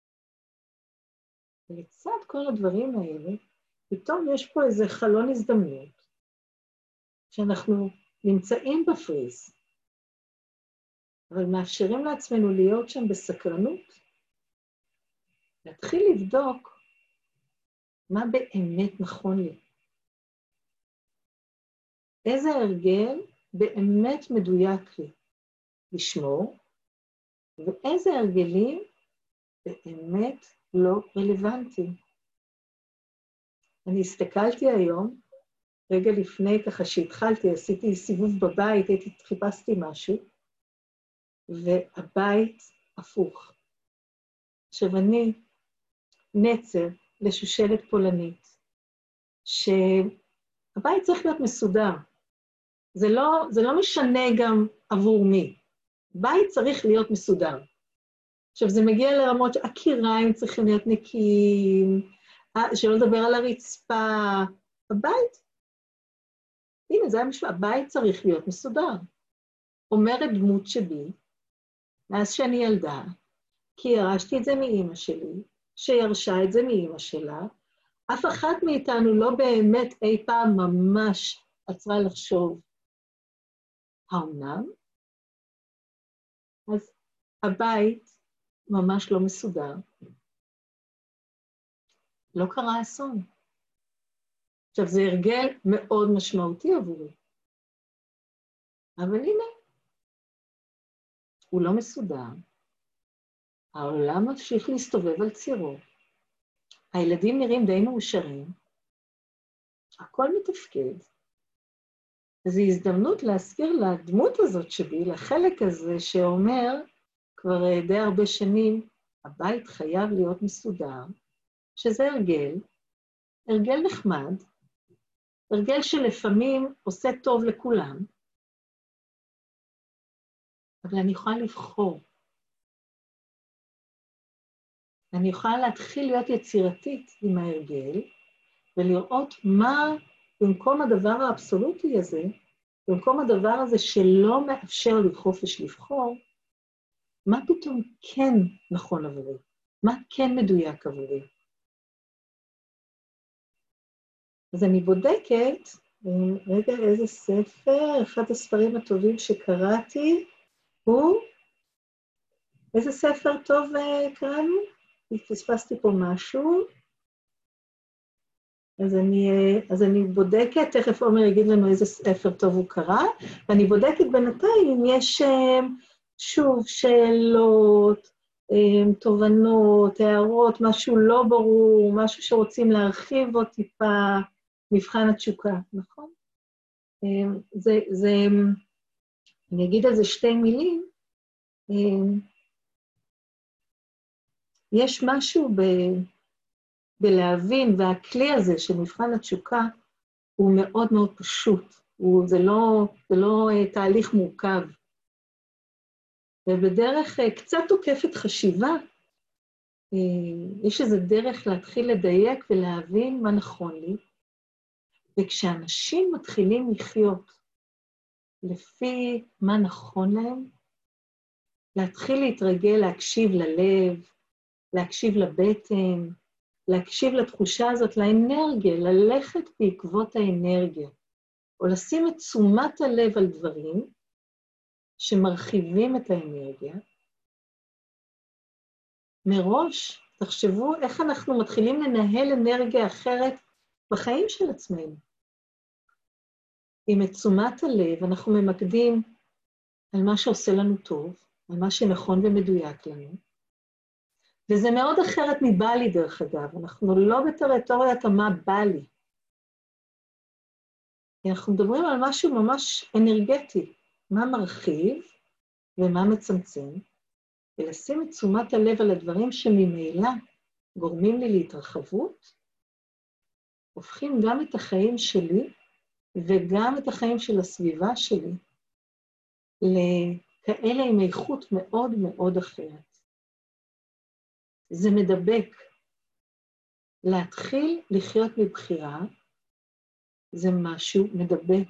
S1: ולצד כל הדברים האלה, פתאום יש פה איזה חלון הזדמנות, שאנחנו נמצאים בפריז, אבל מאפשרים לעצמנו להיות שם בסקרנות, להתחיל לבדוק מה באמת נכון לי. איזה הרגל באמת מדויק לי לשמור, ואיזה הרגלים באמת לא רלוונטיים. אני הסתכלתי היום רגע לפני ככה שהתחלתי, עשיתי סיבוב בבית, הייתי, חיפשתי משהו, והבית הפוך. עכשיו אני נצר לשושלת פולנית, שהבית צריך להיות מסודר. זה לא, זה לא משנה גם עבור מי. בית צריך להיות מסודר. עכשיו זה מגיע לרמות שהקיריים צריכים להיות נקיים, שלא לדבר על הרצפה. הבית, הנה זה המשפט, הבית צריך להיות מסודר. אומרת דמות שבי, מאז שאני ילדה, כי ירשתי את זה מאמא שלי, שירשה את זה מאמא שלה, אף אחת מאיתנו לא באמת אי פעם ממש עצרה לחשוב, האומנם? אז הבית ממש לא מסודר. לא קרה אסון. עכשיו, זה הרגל מאוד משמעותי עבורי. אבל הנה, הוא לא מסודר. העולם ממשיך להסתובב על צירו. הילדים נראים די מאושרים. הכל מתפקד. וזו הזדמנות להזכיר לדמות הזאת שבי, לחלק הזה שאומר, כבר די הרבה שנים, הבית חייב להיות מסודר, שזה הרגל, הרגל נחמד, הרגל שלפעמים עושה טוב לכולם, אבל אני יכולה לבחור. אני יכולה להתחיל להיות יצירתית עם ההרגל, ולראות מה במקום הדבר האבסולוטי הזה, במקום הדבר הזה שלא מאפשר לי חופש לבחור, מה פתאום כן נכון עבורי? מה כן מדויק עבורי? אז אני בודקת, רגע, איזה ספר, אחד הספרים הטובים שקראתי, הוא, איזה ספר טוב קראנו? פספסתי פה משהו. אז אני, אז אני בודקת, תכף עומר יגיד לנו איזה ספר טוב הוא קרא, ואני בודקת בינתיים אם יש שוב שאלות, תובנות, הערות, משהו לא ברור, משהו שרוצים להרחיב עוד טיפה, מבחן התשוקה, נכון? זה, זה, אני אגיד על זה שתי מילים, יש משהו ב... בלהבין, והכלי הזה של מבחן התשוקה הוא מאוד מאוד פשוט, הוא, זה לא, זה לא uh, תהליך מורכב. ובדרך uh, קצת עוקפת חשיבה, uh, יש איזו דרך להתחיל לדייק ולהבין מה נכון לי, וכשאנשים מתחילים לחיות לפי מה נכון להם, להתחיל להתרגל להקשיב ללב, להקשיב לבטן, להקשיב לתחושה הזאת, לאנרגיה, ללכת בעקבות האנרגיה, או לשים את תשומת הלב על דברים שמרחיבים את האנרגיה. מראש, תחשבו איך אנחנו מתחילים לנהל אנרגיה אחרת בחיים של עצמנו. עם את תשומת הלב אנחנו ממקדים על מה שעושה לנו טוב, על מה שנכון ומדויק לנו, וזה מאוד אחרת מבא לי דרך אגב, אנחנו לא בטריטוריית מה בא לי. אנחנו מדברים על משהו ממש אנרגטי, מה מרחיב ומה מצמצם, ולשים את תשומת הלב על הדברים שממילא גורמים לי להתרחבות, הופכים גם את החיים שלי וגם את החיים של הסביבה שלי לכאלה עם איכות מאוד מאוד אחרת. זה מדבק. להתחיל לחיות מבחירה, זה משהו מדבק.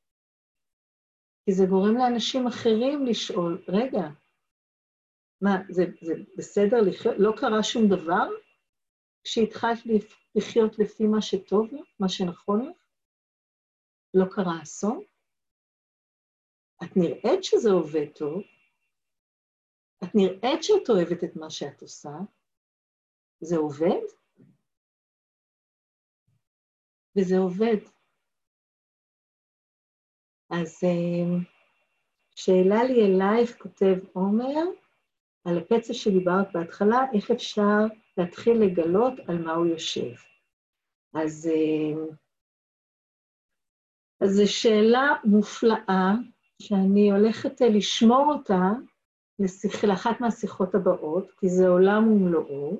S1: כי זה גורם לאנשים אחרים לשאול, רגע, מה, זה, זה בסדר לחיות? לא קרה שום דבר? כשהתחלת לחיות לפי מה שטוב לך, מה שנכון לך? לא קרה אסון? את נראית שזה עובד טוב, את נראית שאת אוהבת את מה שאת עושה, זה עובד? וזה עובד. אז שאלה לי אלייך, כותב עומר, על הפצע שדיברת בהתחלה, איך אפשר להתחיל לגלות על מה הוא יושב. אז אז זו שאלה מופלאה, שאני הולכת לשמור אותה לשיח, לאחת מהשיחות הבאות, כי זה עולם ומלואו.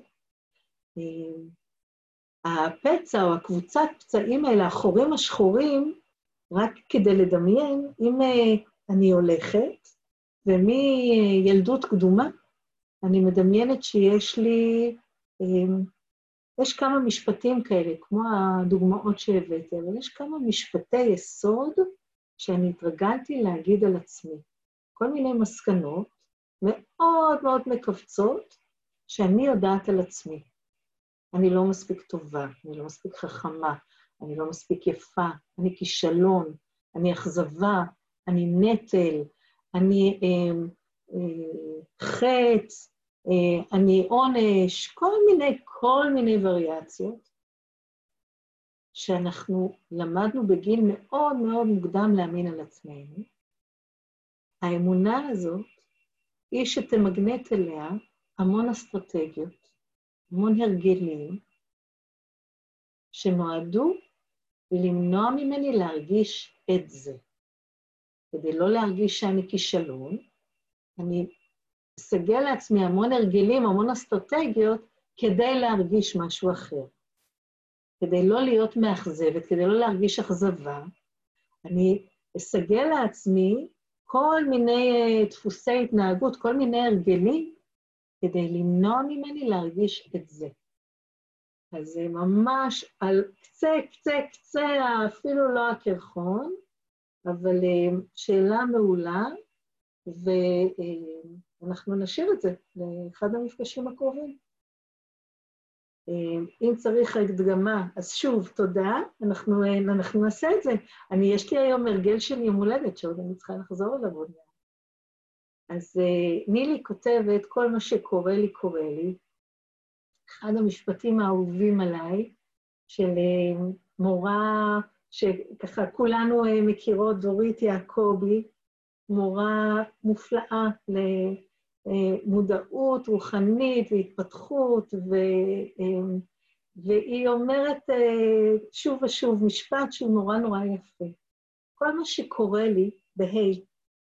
S1: הפצע או הקבוצת פצעים האלה, החורים השחורים, רק כדי לדמיין, אם אני הולכת, ומילדות קדומה, אני מדמיינת שיש לי, יש כמה משפטים כאלה, כמו הדוגמאות שהבאתי, אבל יש כמה משפטי יסוד שאני התרגלתי להגיד על עצמי. כל מיני מסקנות מאוד מאוד מקבצות שאני יודעת על עצמי. אני לא מספיק טובה, אני לא מספיק חכמה, אני לא מספיק יפה, אני כישלון, אני אכזבה, אני נטל, אני אה, אה, חץ, אה, אני עונש, כל מיני, כל מיני וריאציות, שאנחנו למדנו בגיל מאוד מאוד מוקדם להאמין על עצמנו. האמונה הזאת היא שתמגנט אליה המון אסטרטגיות, המון הרגלים, שנועדו למנוע ממני להרגיש את זה. כדי לא להרגיש שאני כישלון, אני אסגל לעצמי המון הרגלים, המון אסטרטגיות, כדי להרגיש משהו אחר. כדי לא להיות מאכזבת, כדי לא להרגיש אכזבה, אני אסגל לעצמי כל מיני דפוסי התנהגות, כל מיני הרגלים, כדי למנוע ממני להרגיש את זה. אז זה ממש על קצה, קצה, קצה, אפילו לא הקרחון, אבל שאלה מעולה, ואנחנו נשאיר את זה לאחד המפגשים הקרובים. אם צריך הדגמה, אז שוב, תודה, אנחנו, אנחנו נעשה את זה. אני, יש לי היום הרגל של יום הולדת, שעוד אני צריכה לחזור אליו עוד מעט. אז נילי כותבת, כל מה שקורה לי, קורה לי. אחד המשפטים האהובים עליי, של מורה, שככה כולנו מכירות, דורית יעקבי, מורה מופלאה למודעות רוחנית והתפתחות, ו, והיא אומרת שוב ושוב משפט שהוא נורא נורא יפה. כל מה שקורה לי בהי,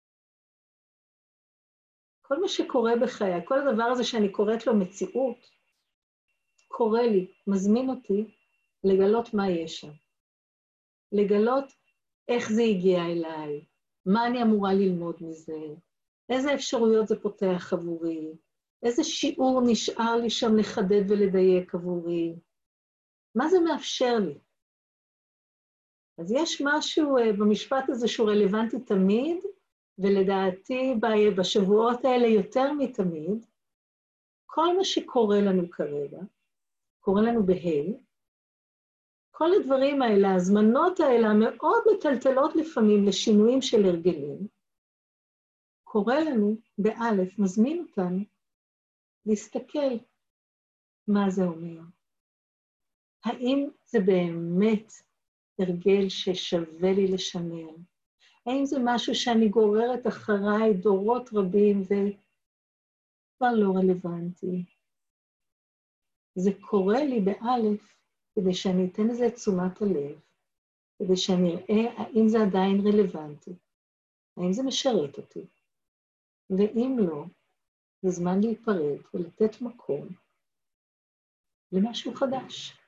S1: כל מה שקורה בחיי, כל הדבר הזה שאני קוראת לו מציאות, קורה לי, מזמין אותי לגלות מה יש שם. לגלות איך זה הגיע אליי, מה אני אמורה ללמוד מזה, איזה אפשרויות זה פותח עבורי, איזה שיעור נשאר לי שם לחדד ולדייק עבורי, מה זה מאפשר לי. אז יש משהו במשפט הזה שהוא רלוונטי תמיד, ולדעתי בשבועות האלה יותר מתמיד, כל מה שקורה לנו כרגע, קורה לנו בהי, כל הדברים האלה, הזמנות האלה, המאוד מטלטלות לפעמים לשינויים של הרגלים, קורה לנו באלף, מזמין אותנו להסתכל מה זה אומר. האם זה באמת הרגל ששווה לי לשמר? האם זה משהו שאני גוררת אחריי דורות רבים וכבר לא רלוונטי? זה קורה לי באלף, כדי שאני אתן לזה את תשומת הלב, כדי שאני אראה האם זה עדיין רלוונטי, האם זה משרת אותי, ואם לא, זה זמן להיפרד ולתת מקום למשהו חדש.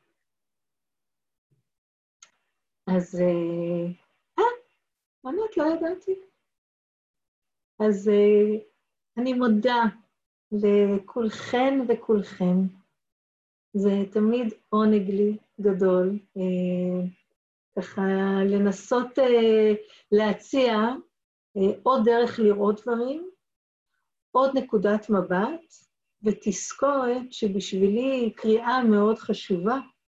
S1: אז, אה, באמת לא ידעתי. אז אה, אני מודה לכולכן וכולכם. זה תמיד עונג לי גדול, אה, ככה לנסות אה, להציע אה, עוד דרך לראות דברים, עוד נקודת מבט, ותזכורת שבשבילי קריאה מאוד חשובה,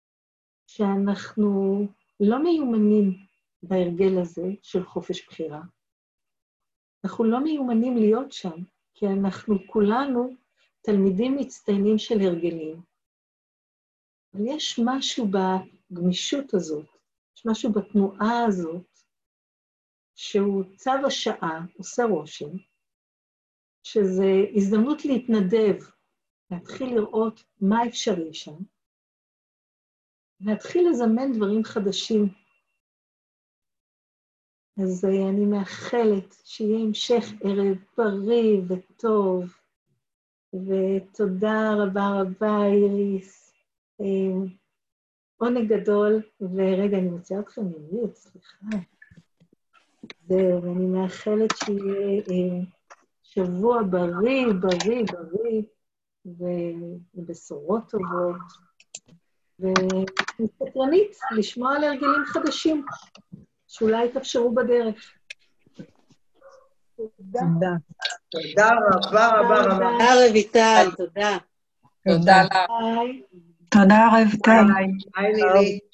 S1: שאנחנו לא מיומנים בהרגל הזה של חופש בחירה. אנחנו לא מיומנים להיות שם, כי אנחנו כולנו תלמידים מצטיינים של הרגלים. אבל יש משהו בגמישות הזאת, יש משהו בתנועה הזאת, שהוא צו השעה, עושה רושם, שזה הזדמנות להתנדב, להתחיל לראות מה אפשרי שם, להתחיל לזמן דברים חדשים. אז אני מאחלת שיהיה המשך ערב בריא וטוב, ותודה רבה רבה, איריס. עונג גדול, ורגע, אני מציעה אתכם למיוט, סליחה. זהו, ואני מאחלת שיהיה שבוע בריא, בריא, בריא, ובשורות טובות, וסקרנית, לשמוע על הרגלים חדשים, שאולי יתאפשרו בדרך. תודה.
S2: תודה רבה רבה רבה.
S1: תודה רויטל, תודה.
S3: תודה לך.
S1: ביי.
S4: תודה רויטל.
S2: ביי נילי.